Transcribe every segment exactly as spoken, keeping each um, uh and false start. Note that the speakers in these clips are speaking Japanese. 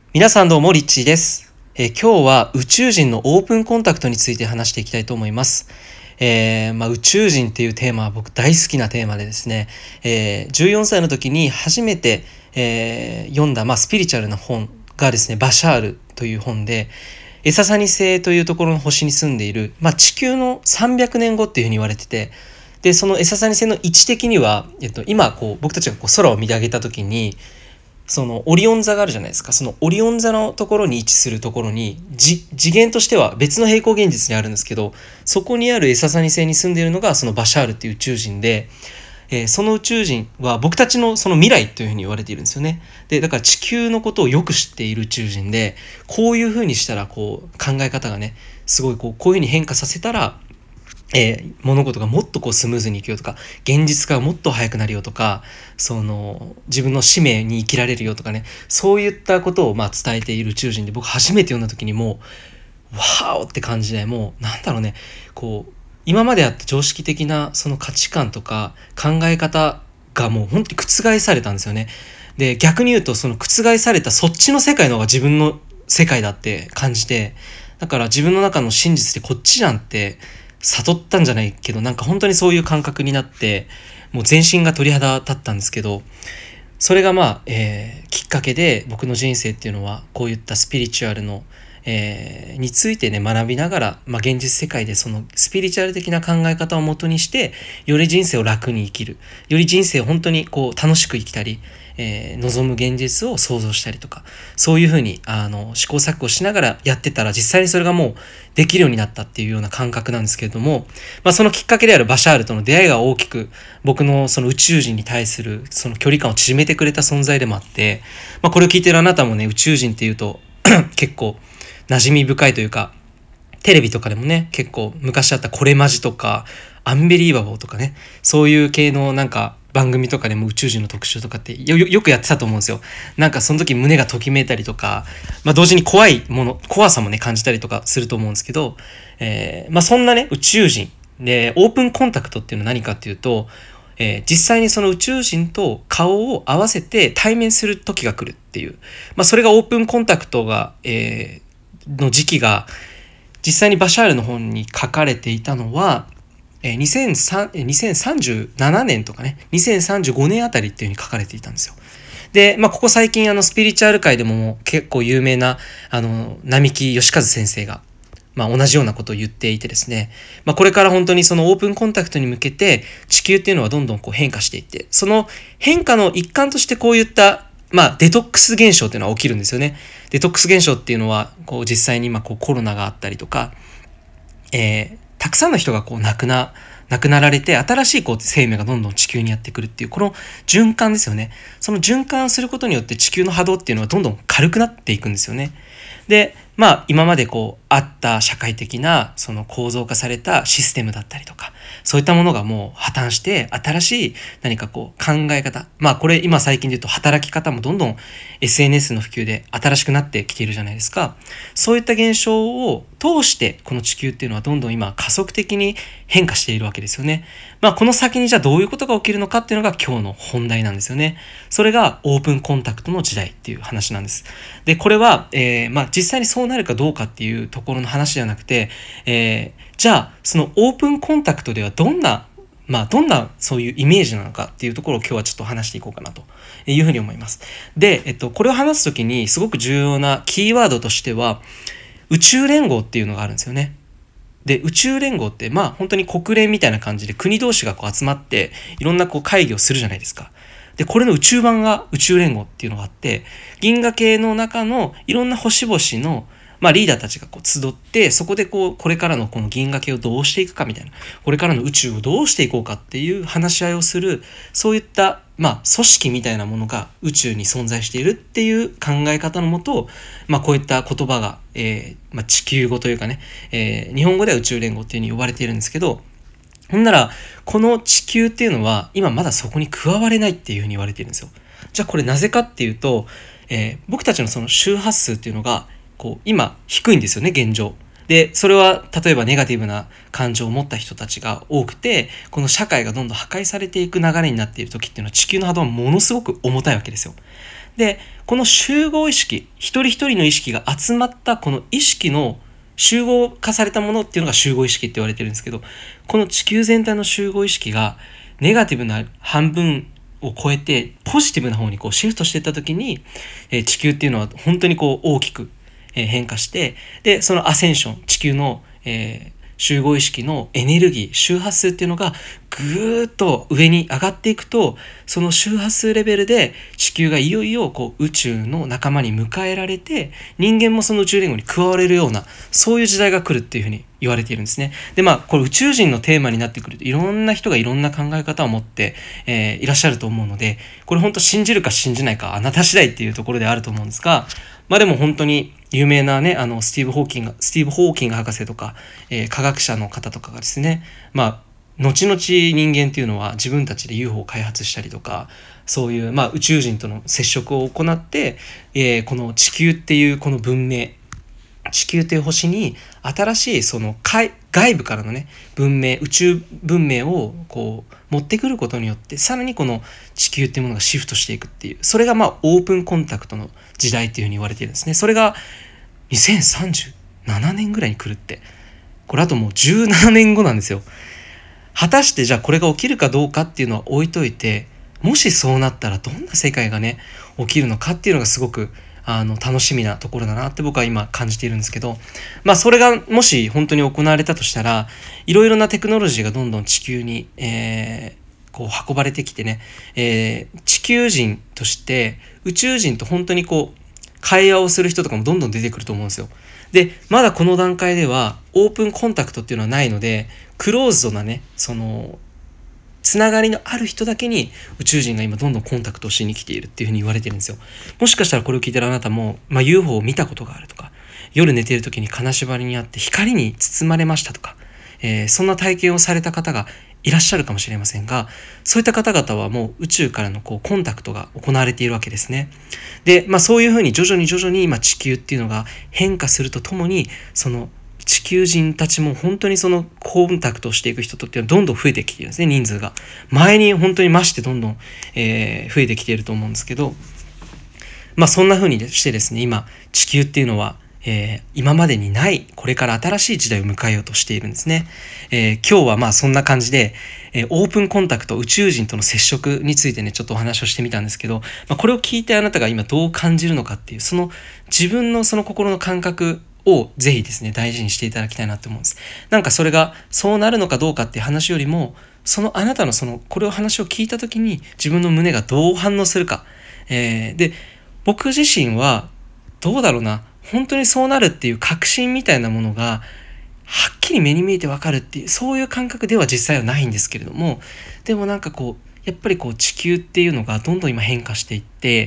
皆さんどうもリッチーです、えー今日は宇宙人のオープンコンタクトについて話していきたいと思います。えーまあ、宇宙人っていうテーマは僕大好きなテーマでですね、えーじゅうよんさいの時に初めて、えー読んだ、まあ、スピリチュアルな本がですね、バシャールという本で、エササニ星というところの星に住んでいる、まあ、地球のさんびゃくねんごっていうふうに言われてて、でそのエササニ星の位置的には、えっと、今こう僕たちがこう空を見上げた時にそのオリオン座があるじゃないですか。そのオリオン座のところに位置するところに、じ次元としては別の平行現実にあるんですけど、そこにあるエササニ星に住んでいるのがそのバシャールっていう宇宙人で、えーその宇宙人は僕たちのその未来というふうに言われているんですよね。でだから地球のことをよく知っている宇宙人で、こういうふうにしたらこう考え方がね、すごいこうこういうふうに変化させたら、えー物事がもっとこうスムーズにいくよとか、現実化がもっと早くなるよとか、その自分の使命に生きられるよとかね、そういったことをまあ伝えている宇宙人で、僕初めて読んだ時にもうワーオって感じで、もうなんだろうね、こう今まであった常識的なその価値観とか考え方がもう本当に覆されたんですよね。で逆に言うと、その覆されたそっちの世界の方が自分の世界だって感じて、だから自分の中の真実ってこっちじゃんって悟ったんじゃないけど、なんか本当にそういう感覚になって、もう全身が鳥肌立ったんですけど、それがまあ、えーきっかけで僕の人生っていうのはこういったスピリチュアルの、えーについてね学びながら、まあ、現実世界でそのスピリチュアル的な考え方をもとにして、より人生を楽に生きる、より人生を本当にこう楽しく生きたり、えー望む現実を想像したりとか、そういうふうにあの試行錯誤しながらやってたら、実際にそれがもうできるようになったっていうような感覚なんですけれども、まあ、そのきっかけであるバシャールとの出会いが大きく僕のその宇宙人に対するその距離感を縮めてくれた存在でもあって、まあ、これを聞いてるあなたもね、宇宙人っていうと結構馴染み深いというか、テレビとかでもね、結構昔あったコレマジとかアンベリーバボーとかね、そういう系のなんか番組とかでも宇宙人の特集とかってよよよくやってたと思うんですよ。なんかその時胸がときめいたりとか、まあ同時に怖いもの、怖さもね感じたりとかすると思うんですけど、えー、まあそんなね宇宙人でオープンコンタクトっていうのは何かっていうと、えー実際にその宇宙人と顔を合わせて対面する時が来るっていう、まあそれがオープンコンタクトが、えーの時期が実際にバシャールの本に書かれていたのは、えー、にせんさん にせんさんじゅうななねんとかね、にせんさんじゅうごねんあたりっていう風に書かれていたんですよ。で、まあ、ここ最近あのスピリチュアル界でももう結構有名なあの並木義和先生が、まあ、同じようなことを言っていてですね、まあ、これから本当にそのオープンコンタクトに向けて地球っていうのはどんどんこう変化していって、その変化の一環としてこういったまあデトックス現象っていうのは起きるんですよね。デトックス現象っていうのはこう実際に今こうコロナがあったりとか、えーたくさんの人がこう亡くな亡くなられて、新しいこう生命がどんどん地球にやってくるっていう、この循環ですよね。その循環をすることによって地球の波動っていうのはどんどん軽くなっていくんですよね。でまあ今までこうあった社会的なその構造化されたシステムだったりとか、そういったものがもう破綻して、新しい何かこう考え方、まあこれ今最近で言うと働き方もどんどん エスエヌエス の普及で新しくなってきているじゃないですか。そういった現象を通してこの地球っていうのはどんどん今加速的に変化しているわけですよね。まあこの先にじゃあどういうことが起きるのかっていうのが今日の本題なんですよね。それがオープンコンタクトの時代っていう話なんです。でこれは、えーまあ、実際にそうなるかどうかっていうところの話ではなくて、えー、じゃあそのオープンコンタクトではどんなまあどんなそういうイメージなのかっていうところを今日はちょっと話していこうかなというふうに思います。で、えっと、これを話すときにすごく重要なキーワードとしては、宇宙連合っていうのがあるんですよね。で、宇宙連合ってまあ本当に国連みたいな感じで国同士がこう集まっていろんなこう会議をするじゃないですか。で、これの宇宙版が宇宙連合っていうのがあって、銀河系の中のいろんな星々のまあリーダーたちがこう集って、そこでこうこれからのこの銀河系をどうしていくかみたいな、これからの宇宙をどうしていこうかっていう話し合いをする、そういったまあ組織みたいなものが宇宙に存在しているっていう考え方のもと、まあこういった言葉が、えーまあ、地球語というかね、えー日本語では宇宙連合っていう風に呼ばれているんですけど、ほんならこの地球っていうのは今まだそこに加われないっていう風に言われているんですよ。じゃあこれなぜかっていうと、えー僕たちのその周波数っていうのがこう今低いんですよね、現状。でそれは例えばネガティブな感情を持った人たちが多くて、この社会がどんどん破壊されていく流れになっている時っていうのは、地球の波動はものすごく重たいわけですよ。 で、この集合意識、一人一人の意識が集まったこの意識の集合化されたものっていうのが集合意識って言われてるんですけど、この地球全体の集合意識がネガティブな半分を超えてポジティブな方にこうシフトしていった時に、えー、地球っていうのは本当にこう大きく、えー、変化して、でそのアセンション、地球の、えー集合意識のエネルギー、周波数っていうのがぐーっと上に上がっていくと、その周波数レベルで地球がいよいよこう宇宙の仲間に迎えられて、人間もその宇宙連合に加われるような、そういう時代が来るっていうふうに言われているんですね。で、まあこれ宇宙人のテーマになってくると、いろんな人がいろんな考え方を持って、えー、いらっしゃると思うので、これ本当信じるか信じないかあなた次第っていうところであると思うんですが、まあでも本当に有名なね、あのスティーブ・ホーキング、スティーブ・ホーキング博士とか、えー、科学者の方とかがですね、まあ後々人間っていうのは自分たちで ユーフォー を開発したりとか、そういう、まあ、宇宙人との接触を行って、えー、この地球っていうこの文明、地球という星に新しいその外部からのね文明、宇宙文明をこう持ってくることによって、さらにこの地球っていうものがシフトしていくっていう、それがまあオープンコンタクトの時代っていうふうに言われているんですね。それがにせんさんじゅうななねんぐらいに来るって、これあともうじゅうななねんごなんですよ。果たしてじゃあこれが起きるかどうかっていうのは置いといて、もしそうなったらどんな世界がね起きるのかっていうのがすごくあの楽しみなところだなって僕は今感じているんですけど、まあそれがもし本当に行われたとしたら、いろいろなテクノロジーがどんどん地球に、えー、こう運ばれてきてね、えー、地球人として宇宙人と本当にこう会話をする人とかもどんどん出てくると思うんですよ。で、まだこの段階ではオープンコンタクトっていうのはないので、クローズドなね、そのつながりのある人だけに宇宙人が今どんどんコンタクトをしに来ているっていうふうに言われてるんですよ。もしかしたらこれを聞いてるあなたも、まあ、ユーフォー を見たことがあるとか、夜寝てる時に金縛りにあって光に包まれましたとか、えー、そんな体験をされた方がいらっしゃるかもしれませんが、そういった方々はもう宇宙からのこうコンタクトが行われているわけですね。で、まあ、そういうふうに徐々に徐々に今地球っていうのが変化するとともに、その地球人たちも本当にそのコンタクトをしていく人とっていうのはどんどん増えてきているんですね、人数が。前に本当に増してどんどん、えー、増えてきていると思うんですけど、まあそんな風にしてですね、今地球っていうのは、えー、今までにないこれから新しい時代を迎えようとしているんですね。えー、今日はまあそんな感じで、えー、オープンコンタクト、宇宙人との接触についてねちょっとお話をしてみたんですけど、まあ、これを聞いてあなたが今どう感じるのかっていう、その自分のその心の感覚をぜひですね大事にしていただきたいなと思うんです。なんかそれがそうなるのかどうかっていう話よりも、そのあなたのそのこれを話を聞いた時に自分の胸がどう反応するか、えー、で僕自身はどうだろうな、本当にそうなるっていう確信みたいなものがはっきり目に見えてわかるっていう、そういう感覚では実際はないんですけれども、でもなんかこうやっぱりこう地球っていうのがどんどん今変化していって、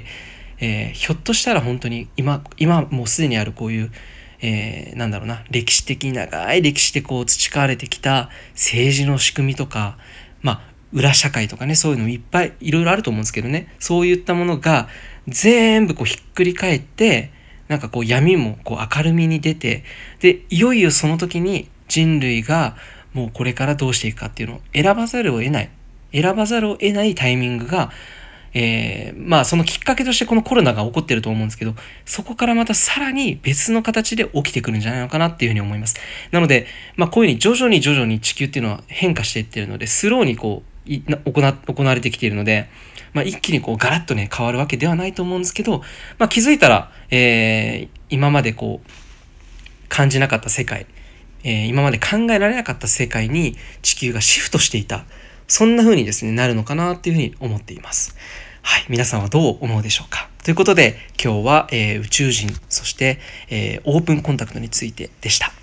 えー、ひょっとしたら本当に今今もうすでにあるこういうえー、なんだろうな、歴史的に長い歴史でこう培われてきた政治の仕組みとか、まあ裏社会とかね、そういうのいっぱいいろいろあると思うんですけどね、そういったものが全部こうひっくり返って、なんかこう闇もこう明るみに出て、でいよいよその時に人類がもうこれからどうしていくかっていうのを選ばざるを得ない選ばざるを得ないタイミングが、えー、まあそのきっかけとしてこのコロナが起こってると思うんですけど、そこからまたさらに別の形で起きてくるんじゃないのかなっていうふうに思います。なので、まあこういうふうに徐々に徐々に地球っていうのは変化していってるので、スローにこうい行行われてきているので、まあ一気にこうガラッとね変わるわけではないと思うんですけど、まあ気づいたら、えー、今までこう感じなかった世界、えー、今まで考えられなかった世界に地球がシフトしていた、そんな風にですねなるのかなっていうふうに思っています。はい、皆さんはどう思うでしょうか。ということで今日は、えー、宇宙人、そして、えー、オープンコンタクトについてでした。